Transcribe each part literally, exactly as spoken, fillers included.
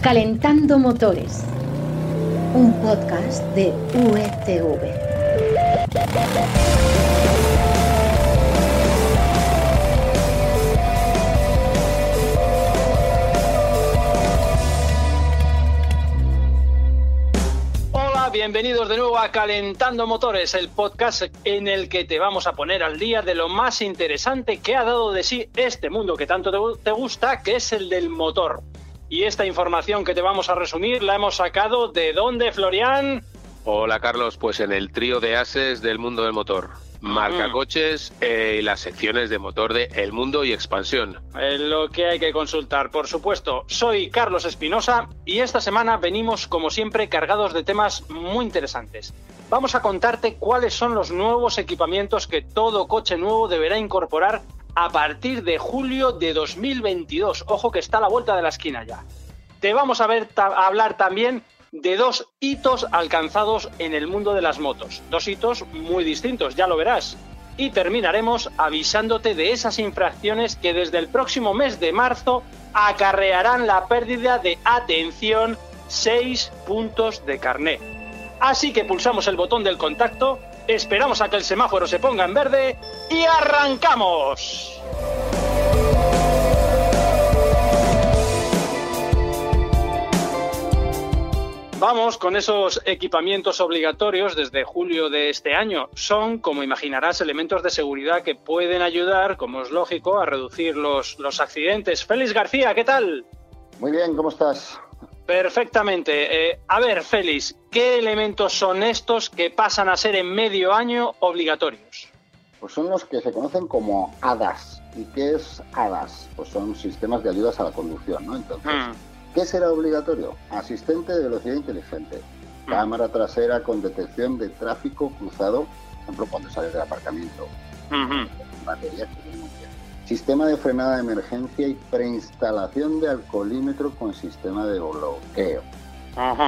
Calentando Motores, un podcast de U E T V. Hola, bienvenidos de nuevo a Calentando Motores, el podcast en el que te vamos a poner al día de lo más interesante que ha dado de sí este mundo que tanto te, te gusta, que es el del motor. Y esta información que te vamos a resumir la hemos sacado ¿de dónde, Florian? Hola, Carlos, pues en el trío de ases del mundo del motor. Marca Mm. coches eh, y las secciones de motor de El Mundo y Expansión. Es lo que hay que consultar, por supuesto. Soy Carlos Espinosa y esta semana venimos, como siempre, cargados de temas muy interesantes. Vamos a contarte cuáles son los nuevos equipamientos que todo coche nuevo deberá incorporar a partir de julio de dos mil veintidós. Ojo que está a la vuelta de la esquina ya. Te vamos a, ver, a hablar también de dos hitos alcanzados en el mundo de las motos. Dos hitos muy distintos, ya lo verás. Y terminaremos avisándote de esas infracciones que desde el próximo mes de marzo acarrearán la pérdida de, atención, seis puntos de carné. Así que pulsamos el botón del contacto, esperamos a que el semáforo se ponga en verde y ¡arrancamos! Vamos con esos equipamientos obligatorios desde julio de este año. Son, como imaginarás, elementos de seguridad que pueden ayudar, como es lógico, a reducir los, los accidentes. Félix García, ¿qué tal? Muy bien, ¿cómo estás? Perfectamente. Eh, a ver, Félix, ¿qué elementos son estos que pasan a ser en medio año obligatorios? Pues son los que se conocen como A D A S. ¿Y qué es A D A S? Pues son sistemas de ayudas a la conducción, ¿no? Entonces, Hmm. ¿qué será obligatorio? Asistente de velocidad inteligente, Hmm. cámara trasera con detección de tráfico cruzado, por ejemplo, cuando sales del aparcamiento, Uh-huh. batería, sistema de frenada de emergencia y preinstalación de alcoholímetro con sistema de bloqueo. Ajá.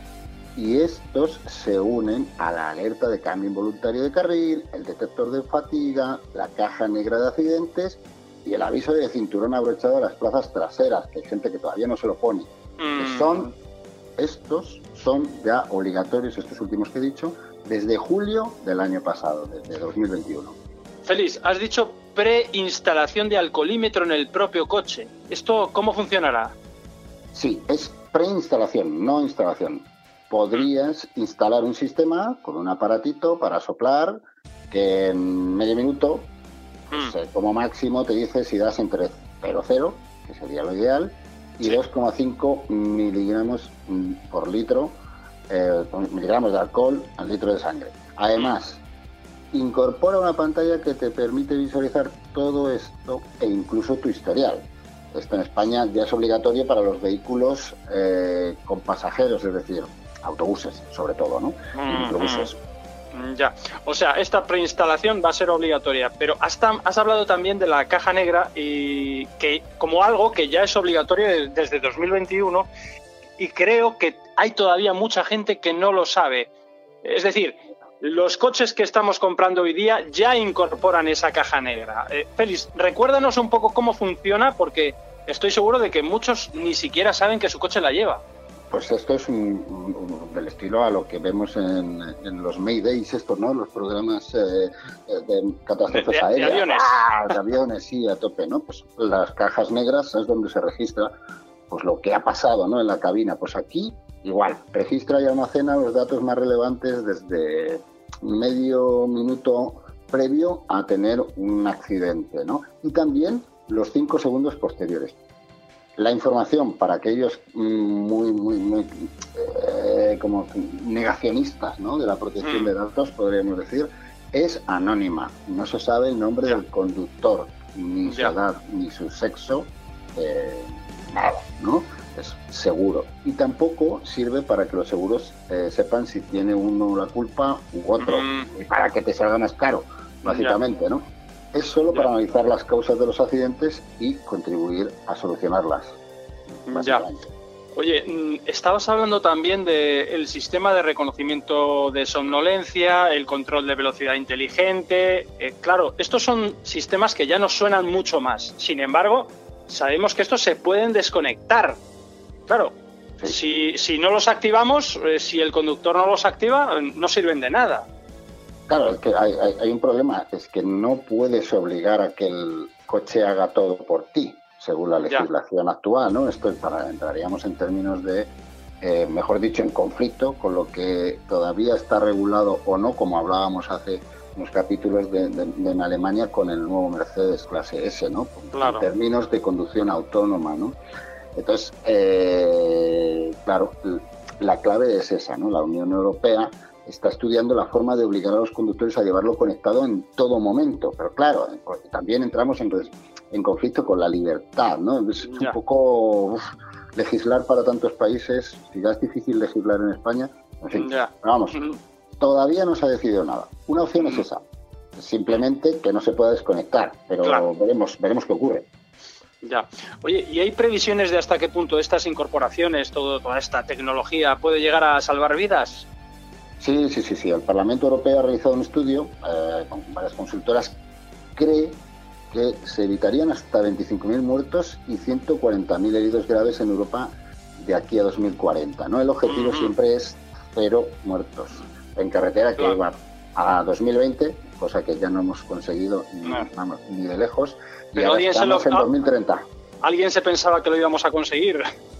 Y estos se unen a la alerta de cambio involuntario de carril, el detector de fatiga, la caja negra de accidentes y el aviso de cinturón abrochado a las plazas traseras, que hay gente que todavía no se lo pone. Mm. Que son, estos son ya obligatorios, estos últimos que he dicho, desde julio del año pasado, desde dos mil veintiuno. Félix, has dicho preinstalación de alcoholímetro en el propio coche. ¿Esto cómo funcionará? Sí, es preinstalación, no instalación. Podrías instalar un sistema con un aparatito para soplar que en medio minuto, pues, eh, como máximo te dice si das entre cero coma cero, que sería lo ideal, y Sí. dos coma cinco miligramos mm, por litro, eh, miligramos de alcohol al litro de sangre. Además, incorpora una pantalla que te permite visualizar todo esto e incluso tu historial. Esto en España ya es obligatorio para los vehículos eh, con pasajeros, es decir, autobuses sobre todo, ¿no? Y microbuses. Mm, Ya, o sea, esta preinstalación va a ser obligatoria, pero has, tam- has hablado también de la caja negra y que como algo que ya es obligatorio de- desde dos mil veintiuno y creo que hay todavía mucha gente que no lo sabe. Es decir, los coches que estamos comprando hoy día ya incorporan esa caja negra. Eh, Félix, recuérdanos un poco cómo funciona porque estoy seguro de que muchos ni siquiera saben que su coche la lleva. Pues esto es un, un- un- del estilo a lo que vemos en, en los Maydays, estos, ¿no? Los programas eh, de catástrofes De- de- de aéreas. aviones. ¡Ah! De aviones, sí, a tope, ¿no? Pues las cajas negras es donde se registra pues lo que ha pasado, ¿no? En la cabina. Pues aquí, igual, registra y almacena los datos más relevantes desde medio minuto previo a tener un accidente, ¿no? Y también los cinco segundos posteriores. La información para aquellos mm, muy, muy, muy eh, como negacionistas, ¿no? De la protección Mm. de datos, podríamos decir, es anónima. No se sabe el nombre Ya. del conductor, ni su Ya. edad, ni su sexo, eh, nada, ¿no? Es seguro. Y tampoco sirve para que los seguros eh, sepan si tiene uno la culpa u otro, Mm. y para que te salga más caro, básicamente, ¿no? Es solo para Ya. analizar las causas de los accidentes y contribuir a solucionarlas. Ya. básicamente. Oye, mm, estabas hablando también del sistema de reconocimiento de somnolencia, el control de velocidad inteligente. Eh, claro, estos son sistemas que ya nos suenan mucho más. Sin embargo, sabemos que estos se pueden desconectar. Claro, Sí. Si, si no los activamos, eh, si el conductor no los activa, no sirven de nada. Claro, es que hay, hay, hay un problema, es que no puedes obligar a que el coche haga todo por ti, según la legislación ya. actual, ¿no? Esto es para, entraríamos en términos de, eh, mejor dicho, en conflicto con lo que todavía está regulado o no, como hablábamos hace unos capítulos de, de, de en Alemania con el nuevo Mercedes clase S, ¿no? Claro. En términos de conducción autónoma, ¿no? Entonces, eh, claro, la clave es esa, ¿no? La Unión Europea está estudiando la forma de obligar a los conductores a llevarlo conectado en todo momento. Pero claro, también entramos en, en conflicto con la libertad, ¿no? Es ya. un poco uf, legislar para tantos países, si ya es difícil legislar en España, en fin, ya. vamos, todavía no se ha decidido nada. Una opción es esa, simplemente que no se pueda desconectar, pero claro. veremos, veremos qué ocurre. Ya. Oye, ¿y hay previsiones de hasta qué punto estas incorporaciones, todo, toda esta tecnología puede llegar a salvar vidas? Sí, sí, sí, sí. El Parlamento Europeo ha realizado un estudio eh, con varias consultoras. Cree que se evitarían hasta veinticinco mil muertos y ciento cuarenta mil heridos graves en Europa de aquí a dos mil cuarenta, ¿no? El objetivo uh-huh. siempre es cero muertos en carretera, que claro. va a dos mil veinte, cosa que ya no hemos conseguido ni, no. vamos, ni de lejos. Y Pero ahora estamos se lo... en dos mil treinta. ¿Alguien se pensaba que lo íbamos a conseguir?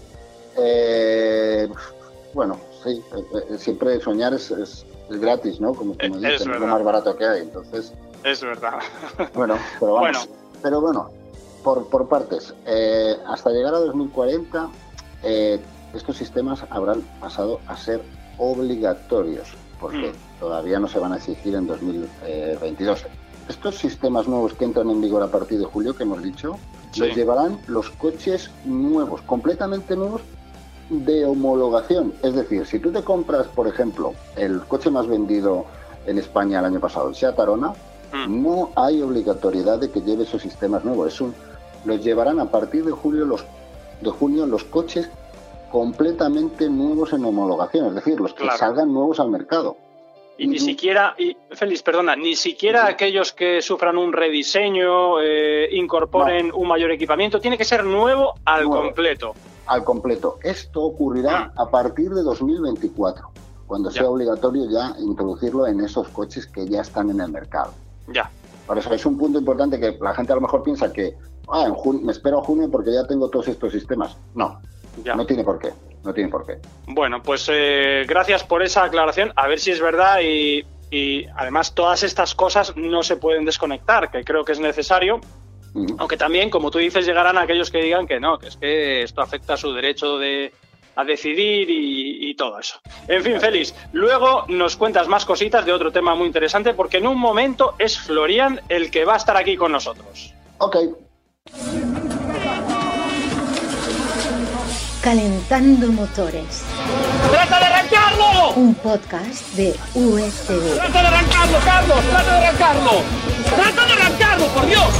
Eh, bueno... Sí, siempre soñar es, es, es gratis, ¿no? Como, como dicen, es lo más barato que hay, entonces... Es verdad. Bueno, pero vamos. Bueno. Pero bueno, por, por partes. Eh, hasta llegar a dos mil cuarenta, eh, estos sistemas habrán pasado a ser obligatorios, porque mm. todavía no se van a exigir en dos mil veintidós. Estos sistemas nuevos que entran en vigor a partir de julio, que hemos dicho, sí. los llevarán los coches nuevos, completamente nuevos, de homologación. Es decir, si tú te compras, por ejemplo, el coche más vendido en España el año pasado, el Seat Arona, mm. no hay obligatoriedad de que lleve esos sistemas nuevos. Es un, los llevarán a partir de julio los de junio los coches completamente nuevos en homologación, es decir, los que claro. salgan nuevos al mercado. Y, y ni siquiera, y, Félix, perdona, ni siquiera sí. aquellos que sufran un rediseño, eh, incorporen no. un mayor equipamiento, tiene que ser nuevo al nuevo. completo. Al completo. Esto ocurrirá a partir de dos mil veinticuatro, cuando ya. sea obligatorio ya introducirlo en esos coches que ya están en el mercado. Ya. Por eso es un punto importante que la gente a lo mejor piensa que ah, en junio, me espero a junio porque ya tengo todos estos sistemas. No, ya. no tiene por qué. No tiene por qué. Bueno, pues eh, gracias por esa aclaración. A ver si es verdad y, y además todas estas cosas no se pueden desconectar, que creo que es necesario. Aunque también, como tú dices, llegarán aquellos que digan que no, que es que esto afecta a su derecho de, a decidir y, y todo eso. En fin, Félix, luego nos cuentas más cositas de otro tema muy interesante, porque en un momento es Florian el que va a estar aquí con nosotros. Ok. Calentando motores. ¡Trata de arrancarlo! Un podcast de U E T V. ¡Trata de arrancarlo, Carlos! ¡Trata de arrancarlo! ¡Trata de arrancarlo, por Dios!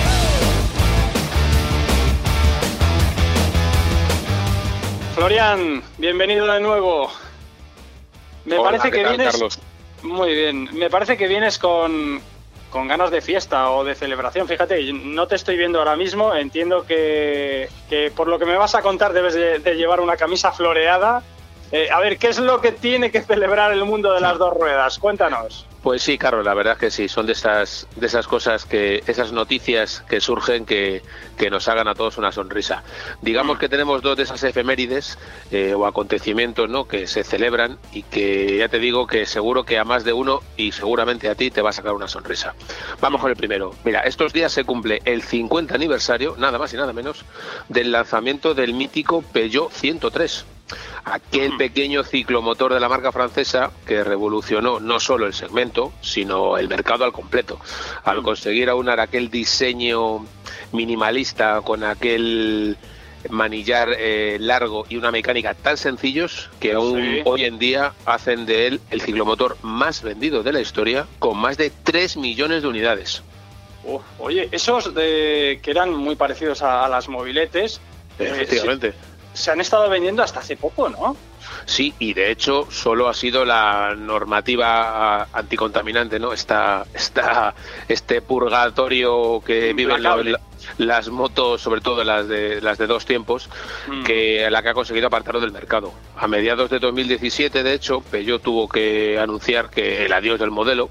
Florian, bienvenido de nuevo. Me Hola, parece que tal, vienes Carlos? Muy bien. Me parece que vienes con, con ganas de fiesta o de celebración. Fíjate, no te estoy viendo ahora mismo. Entiendo que, que por lo que me vas a contar debes de, de llevar una camisa floreada. Eh, a ver, ¿qué es lo que tiene que celebrar el mundo de las dos ruedas? Cuéntanos. Pues sí, Carlos, la verdad es que sí, son de esas de esas cosas, que esas noticias que surgen que, que nos hagan a todos una sonrisa. Digamos que tenemos dos de esas efemérides eh, o acontecimientos, ¿no?, que se celebran y que ya te digo que seguro que a más de uno y seguramente a ti te va a sacar una sonrisa. Vamos con el primero. Mira, estos días se cumple el cincuenta aniversario, nada más y nada menos, del lanzamiento del mítico Peugeot ciento tres. Aquel pequeño ciclomotor de la marca francesa que revolucionó no solo el segmento, sino el mercado al completo, al conseguir aunar aquel diseño minimalista con aquel manillar eh, largo y una mecánica tan sencillos que aún sí. hoy en día hacen de él el ciclomotor más vendido de la historia, con más de tres millones de unidades. Uf, oye, esos de, que eran muy parecidos a, a las mobiletes, efectivamente. Eh, sí. Se han estado vendiendo hasta hace poco, ¿no? Sí, y de hecho solo ha sido la normativa anticontaminante, ¿no? Esta, esta, este purgatorio que viven los, las motos, sobre todo las de las de dos tiempos, mm. que la que ha conseguido apartarlo del mercado. A mediados de dos mil diecisiete, de hecho, Peugeot tuvo que anunciar que el adiós del modelo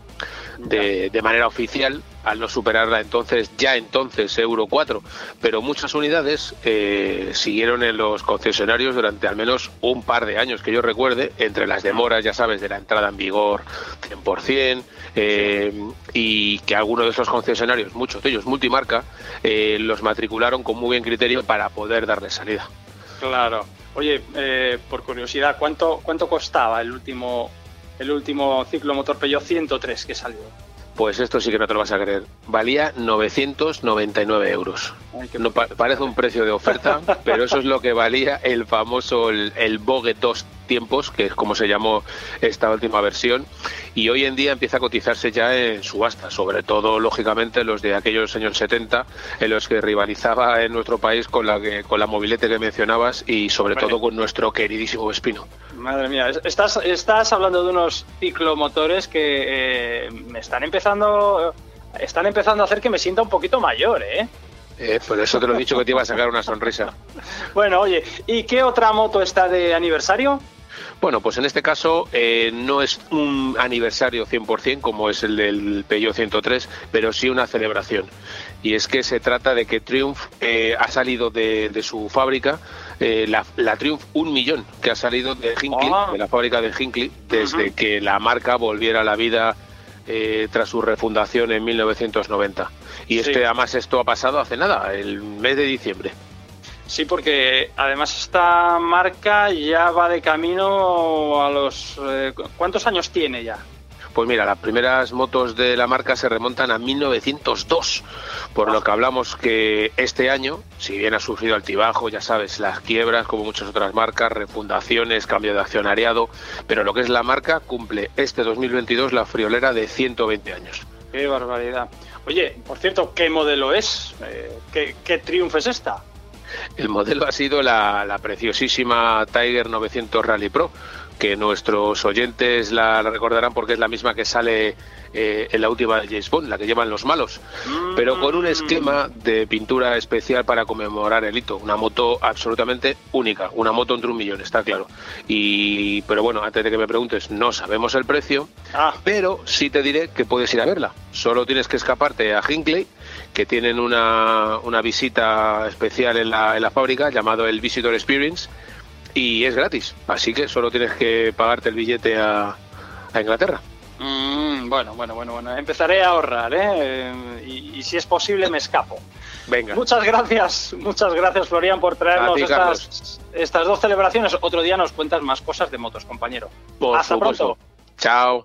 de, de manera oficial, al no superar la entonces, ya entonces Euro cuatro, pero muchas unidades eh, siguieron en los concesionarios durante al menos un par de años que yo recuerde, entre las demoras, ya sabes, de la entrada en vigor cien por ciento, eh, y que algunos de esos concesionarios, muchos de ellos multimarca, eh, los matricularon con muy buen criterio para poder darle salida. Claro. Oye, eh, por curiosidad, ¿cuánto cuánto costaba el último el último ciclomotor Peugeot ciento tres que salió? Pues esto sí que no te lo vas a creer. Valía novecientos noventa y nueve euros. Ay, no pa parece un precio de oferta, pero eso es lo que valía el famoso, el, el Vogue dos tiempos, que es como se llamó esta última versión, y hoy en día empieza a cotizarse ya en subasta, sobre todo, lógicamente, los de aquellos años setenta, en los que rivalizaba en nuestro país con la, que, con la mobilete que mencionabas y sobre vale. todo con nuestro queridísimo Vespino. Madre mía, estás, estás hablando de unos ciclomotores que eh, me están empezando, están empezando a hacer que me sienta un poquito mayor, ¿eh? Eh, por eso te lo he dicho que te iba a sacar una sonrisa. Bueno, oye, ¿y qué otra moto está de aniversario? Bueno, pues en este caso eh, no es un aniversario cien por cien como es el del Peugeot ciento tres, pero sí una celebración. Y es que se trata de que Triumph eh, ha salido de, de su fábrica, eh, la, la Triumph un millón, que ha salido de Hinckley, oh. de la fábrica de Hinckley, desde uh-huh. que la marca volviera a la vida eh, tras su refundación en mil novecientos noventa. Y es sí. que además esto ha pasado hace nada, el mes de diciembre. Sí, porque además esta marca ya va de camino a los... Eh, ¿cuántos años tiene ya? Pues mira, las primeras motos de la marca se remontan a mil novecientos dos, por oh. lo que hablamos que este año, si bien ha sufrido altibajo, ya sabes, las quiebras como muchas otras marcas, refundaciones, cambio de accionariado, pero lo que es la marca cumple este dos mil veintidós la friolera de ciento veinte años. ¡Qué barbaridad! Oye, por cierto, ¿qué modelo es? Eh, ¿qué, ¿Qué Triumph es esta? El modelo ha sido la, la preciosísima Tiger novecientos Rally Pro, que nuestros oyentes la recordarán porque es la misma que sale eh, en la última de James Bond, la que llevan los malos, mm. pero con un esquema de pintura especial para conmemorar el hito. Una moto absolutamente única, una moto entre un millón, está claro. Y pero bueno, antes de que me preguntes, no sabemos el precio, ah. pero sí te diré que puedes ir a verla. Solo tienes que escaparte a Hinckley, que tienen una, una visita especial en la, en la fábrica llamado el Visitor Experience, y es gratis, así que solo tienes que pagarte el billete a, a Inglaterra. Mm, bueno, bueno, bueno, bueno, empezaré a ahorrar, ¿eh? Y, y si es posible me escapo. Venga. Muchas gracias, muchas gracias, Florian, por traernos ti, estas, estas dos celebraciones. Otro día nos cuentas más cosas de motos, compañero. Por Hasta supuesto. Pronto. Chao.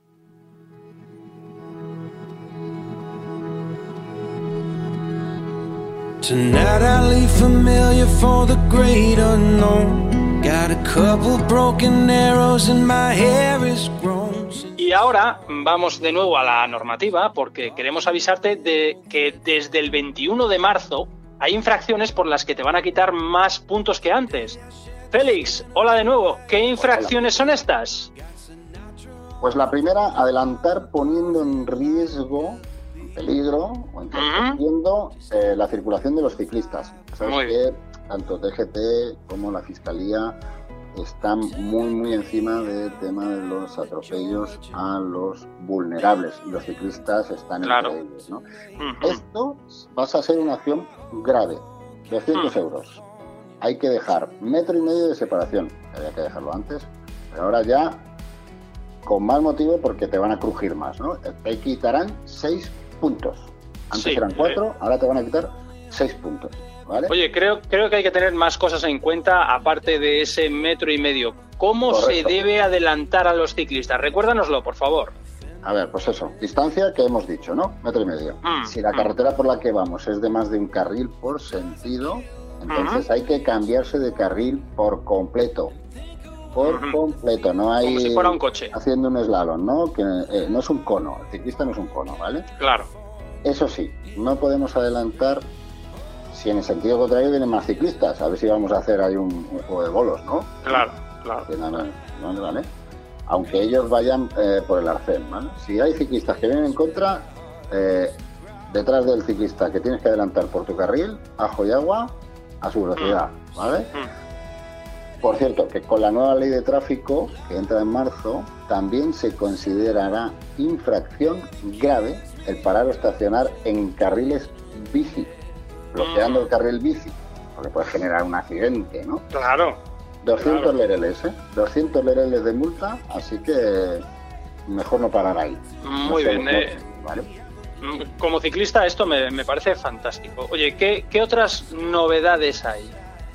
Tonight I leave familiar for the great unknown. Got a couple broken arrows and my hair is grown. Y ahora vamos de nuevo a la normativa porque queremos avisarte de que desde el veintiuno de marzo hay infracciones por las que te van a quitar más puntos que antes. Félix, hola de nuevo. ¿Qué infracciones son estas? Pues la primera, adelantar poniendo en riesgo, peligro o entorpeciendo uh-huh. eh, la circulación de los ciclistas. Sabes que tanto T G T como la Fiscalía están muy muy encima del tema de los atropellos a los vulnerables y los ciclistas están claro. entre ellos, ¿no? Uh-huh. Esto vas a ser una acción grave, doscientos uh-huh. euros. Hay que dejar metro y medio de separación, había que dejarlo antes, pero ahora ya con más motivo porque te van a crujir más, ¿no? Te quitarán seis puntos. Antes sí, eran cuatro, eh. ahora te van a quitar seis puntos, ¿vale? Oye, creo, creo que hay que tener más cosas en cuenta aparte de ese metro y medio. ¿Cómo Correcto. se debe adelantar a los ciclistas? Recuérdanoslo, por favor. A ver, pues eso, distancia que hemos dicho, ¿no? Metro y medio. Mm, si la mm. carretera por la que vamos es de más de un carril por sentido, entonces uh-huh. hay que cambiarse de carril por completo. Por uh-huh. completo, no hay... Como si fuera un coche. Haciendo un slalom, ¿no? Que eh, no es un cono, el ciclista no es un cono, ¿vale? Claro. Eso sí, no podemos adelantar si en el sentido contrario vienen más ciclistas, a ver si vamos a hacer ahí un, un juego de bolos, ¿no? Claro, claro. No, no, no, ¿vale? Aunque ellos vayan eh, por el arcén, ¿vale? Si hay ciclistas que vienen en contra, eh, detrás del ciclista que tienes que adelantar por tu carril, ajo y agua, a su velocidad, ¿vale? Mm. Por cierto, que con la nueva ley de tráfico, que entra en marzo, también se considerará infracción grave el parar o estacionar en carriles bici, bloqueando el carril bici, porque puede generar un accidente, ¿no? Claro. doscientos claro. lereles, ¿eh? doscientos lereles de multa, así que mejor no parar ahí. Muy no sé, bien. no, Eh, ¿vale? como ciclista esto me, me parece fantástico. Oye, ¿qué, ¿qué otras novedades hay?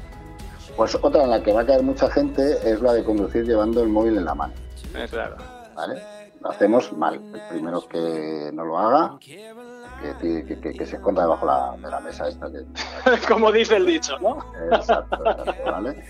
Pues otra en la que va a caer mucha gente es la de conducir llevando el móvil en la mano, Eh, claro. ¿vale? Lo hacemos mal. El primero que no lo haga, que, que, que, que se esconda debajo la, de la mesa esta. Que... Como dice el dicho, ¿no? Exacto, exacto, ¿vale?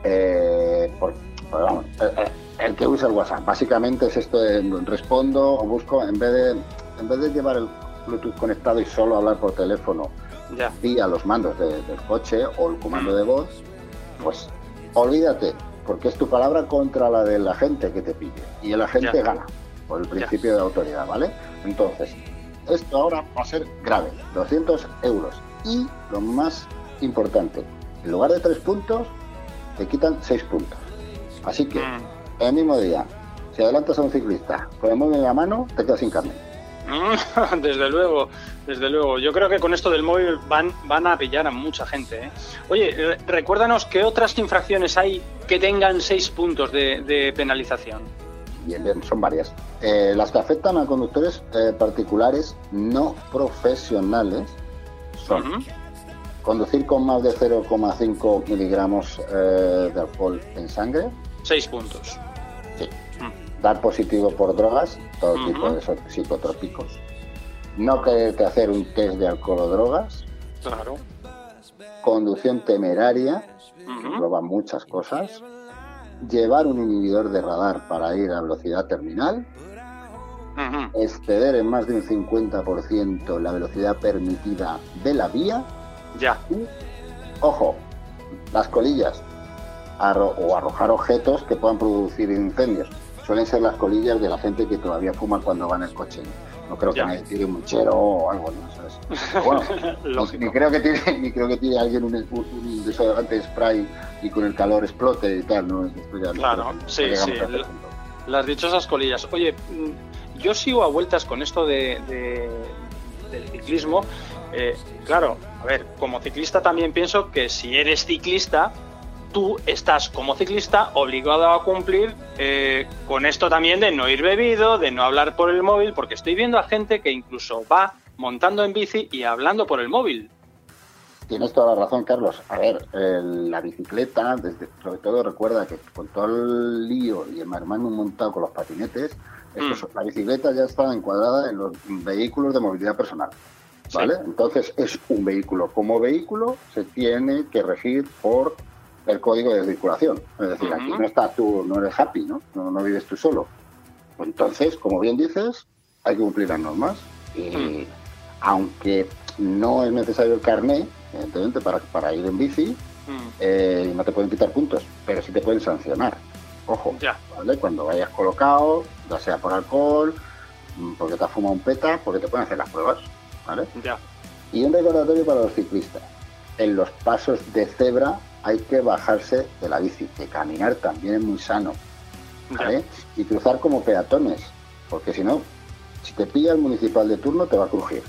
Eh, por, pues vamos, el, el que usa el WhatsApp, básicamente es esto de respondo o busco, en vez de, en vez de llevar el Bluetooth conectado y solo hablar por teléfono Ya. vía los mandos de, del coche o el comando de voz, pues olvídate, porque es tu palabra contra la de la gente que te pide y el agente Ya. gana por el principio de autoridad, ¿vale? Entonces, esto ahora va a ser grave, doscientos euros. Y lo más importante, en lugar de tres puntos, te quitan seis puntos. Así que, Mm. el mismo día, si adelantas a un ciclista con el móvil en la mano, te quedas sin carne. Desde luego, desde luego. Yo creo que con esto del móvil van, van a pillar a mucha gente, ¿eh? Oye, re- recuérdanos qué otras infracciones hay que tengan seis puntos de, de penalización. Bien, bien, son varias. Eh, las que afectan a conductores eh, particulares no profesionales son Ujú. conducir con más de cero coma cinco miligramos eh, de alcohol en sangre, Seis puntos. sí. Mm. Dar positivo por drogas, todo Ujú. tipo de esos psicotrópicos, no quererte hacer un test de alcohol o drogas, Claro. conducción temeraria, que Ujú. engloba muchas cosas, llevar un inhibidor de radar para ir a velocidad terminal, Ujú. exceder en más de un cincuenta por ciento la velocidad permitida de la vía Ya. y, ojo, las colillas arro- o arrojar objetos que puedan producir incendios. Suelen ser las colillas de la gente que todavía fuma cuando va en el coche. No creo que Ya. nadie tire un mechero o algo, ¿no? ¿Sabes? Pero bueno, ni, Lógico. ni creo que tire, ni creo que tire alguien un, un, un desodorante de spray y con el calor explote y tal, ¿no? Esto ya no Claro, creo que- no sí, llegamos sí, a ese la- punto. Las dichosas colillas. Oye, mm, yo sigo a vueltas con esto de, de- del ciclismo. Eh, claro, a ver, como ciclista también pienso que si eres ciclista, tú estás como ciclista obligado a cumplir eh, con esto también de no ir bebido, de no hablar por el móvil, porque estoy viendo a gente que incluso va montando en bici y hablando por el móvil. Tienes toda la razón, Carlos. A ver, el- la bicicleta, desde, sobre todo recuerda que con todo el lío y el marmano montado con los patinetes, esto es- la bicicleta ya está encuadrada en los vehículos de movilidad personal, ¿vale? Sí. Entonces es un vehículo. Como vehículo se tiene que regir por el código de circulación. Es decir, Ujú. aquí no estás tú, no eres happy, ¿no? No, no vives tú solo. Entonces, como bien dices, hay que cumplir las normas. Y Mm. aunque no es necesario el carné, evidentemente, para, para ir en bici, Mm, eh, no te pueden quitar puntos, pero sí te pueden sancionar. Ojo, Ya. ¿vale? Cuando vayas colocado, ya sea por alcohol, mm, porque te has fumado un peta, porque te pueden hacer las pruebas, ¿vale? ya. Y un recordatorio para los ciclistas. En los pasos de cebra hay que bajarse de la bici, que caminar también es muy sano, ¿vale? Y cruzar como peatones, porque si no, si te pilla el municipal de turno te va a crujir.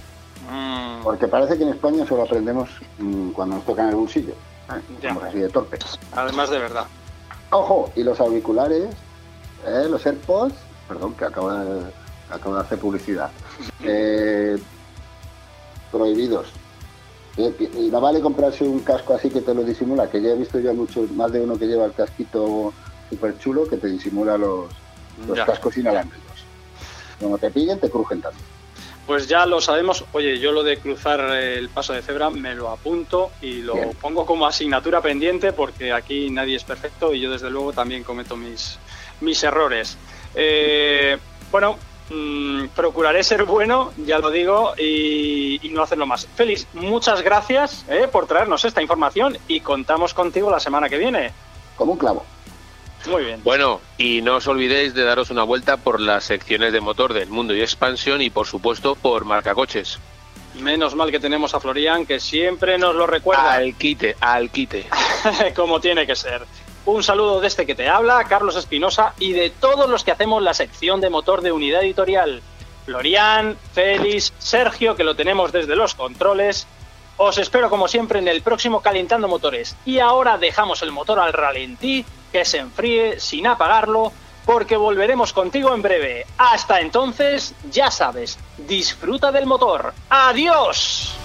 Mm, Porque parece que en España solo aprendemos mm, cuando nos toca en el bolsillo. ¿eh? Ya. Somos así de torpes. Además de verdad. Ojo, y los auriculares, eh, los AirPods, perdón, que acabo de, acabo de hacer publicidad, eh, prohibidos. Eh, Y no vale comprarse un casco así que te lo disimula, que ya he visto yo muchos, más de uno que lleva el casquito súper chulo que te disimula los, los Ya. cascos inalámbricos. Como te pillen, te crujen también. Pues ya lo sabemos. Oye, yo lo de cruzar el paso de cebra me lo apunto y lo Bien. pongo como asignatura pendiente porque aquí nadie es perfecto y yo desde luego también cometo mis, mis errores. Eh, bueno, mmm, procuraré ser bueno, ya lo digo, y, y no hacerlo más. Félix, muchas gracias eh, por traernos esta información y contamos contigo la semana que viene. Como un clavo. Muy bien. Bueno, y no os olvidéis de daros una vuelta por las secciones de motor del Mundo y Expansión y por supuesto por Marcacoches. Menos mal que tenemos a Florian, que siempre nos lo recuerda. Al quite, al quite. Como tiene que ser. Un saludo de este que te habla, Carlos Espinosa, y de todos los que hacemos la sección de motor de Unidad Editorial. Florian, Félix, Sergio, que lo tenemos desde los controles. Os espero como siempre en el próximo Calentando Motores. Y ahora dejamos el motor al ralentí, que se enfríe sin apagarlo, porque volveremos contigo en breve. Hasta entonces, ya sabes, disfruta del motor. ¡Adiós!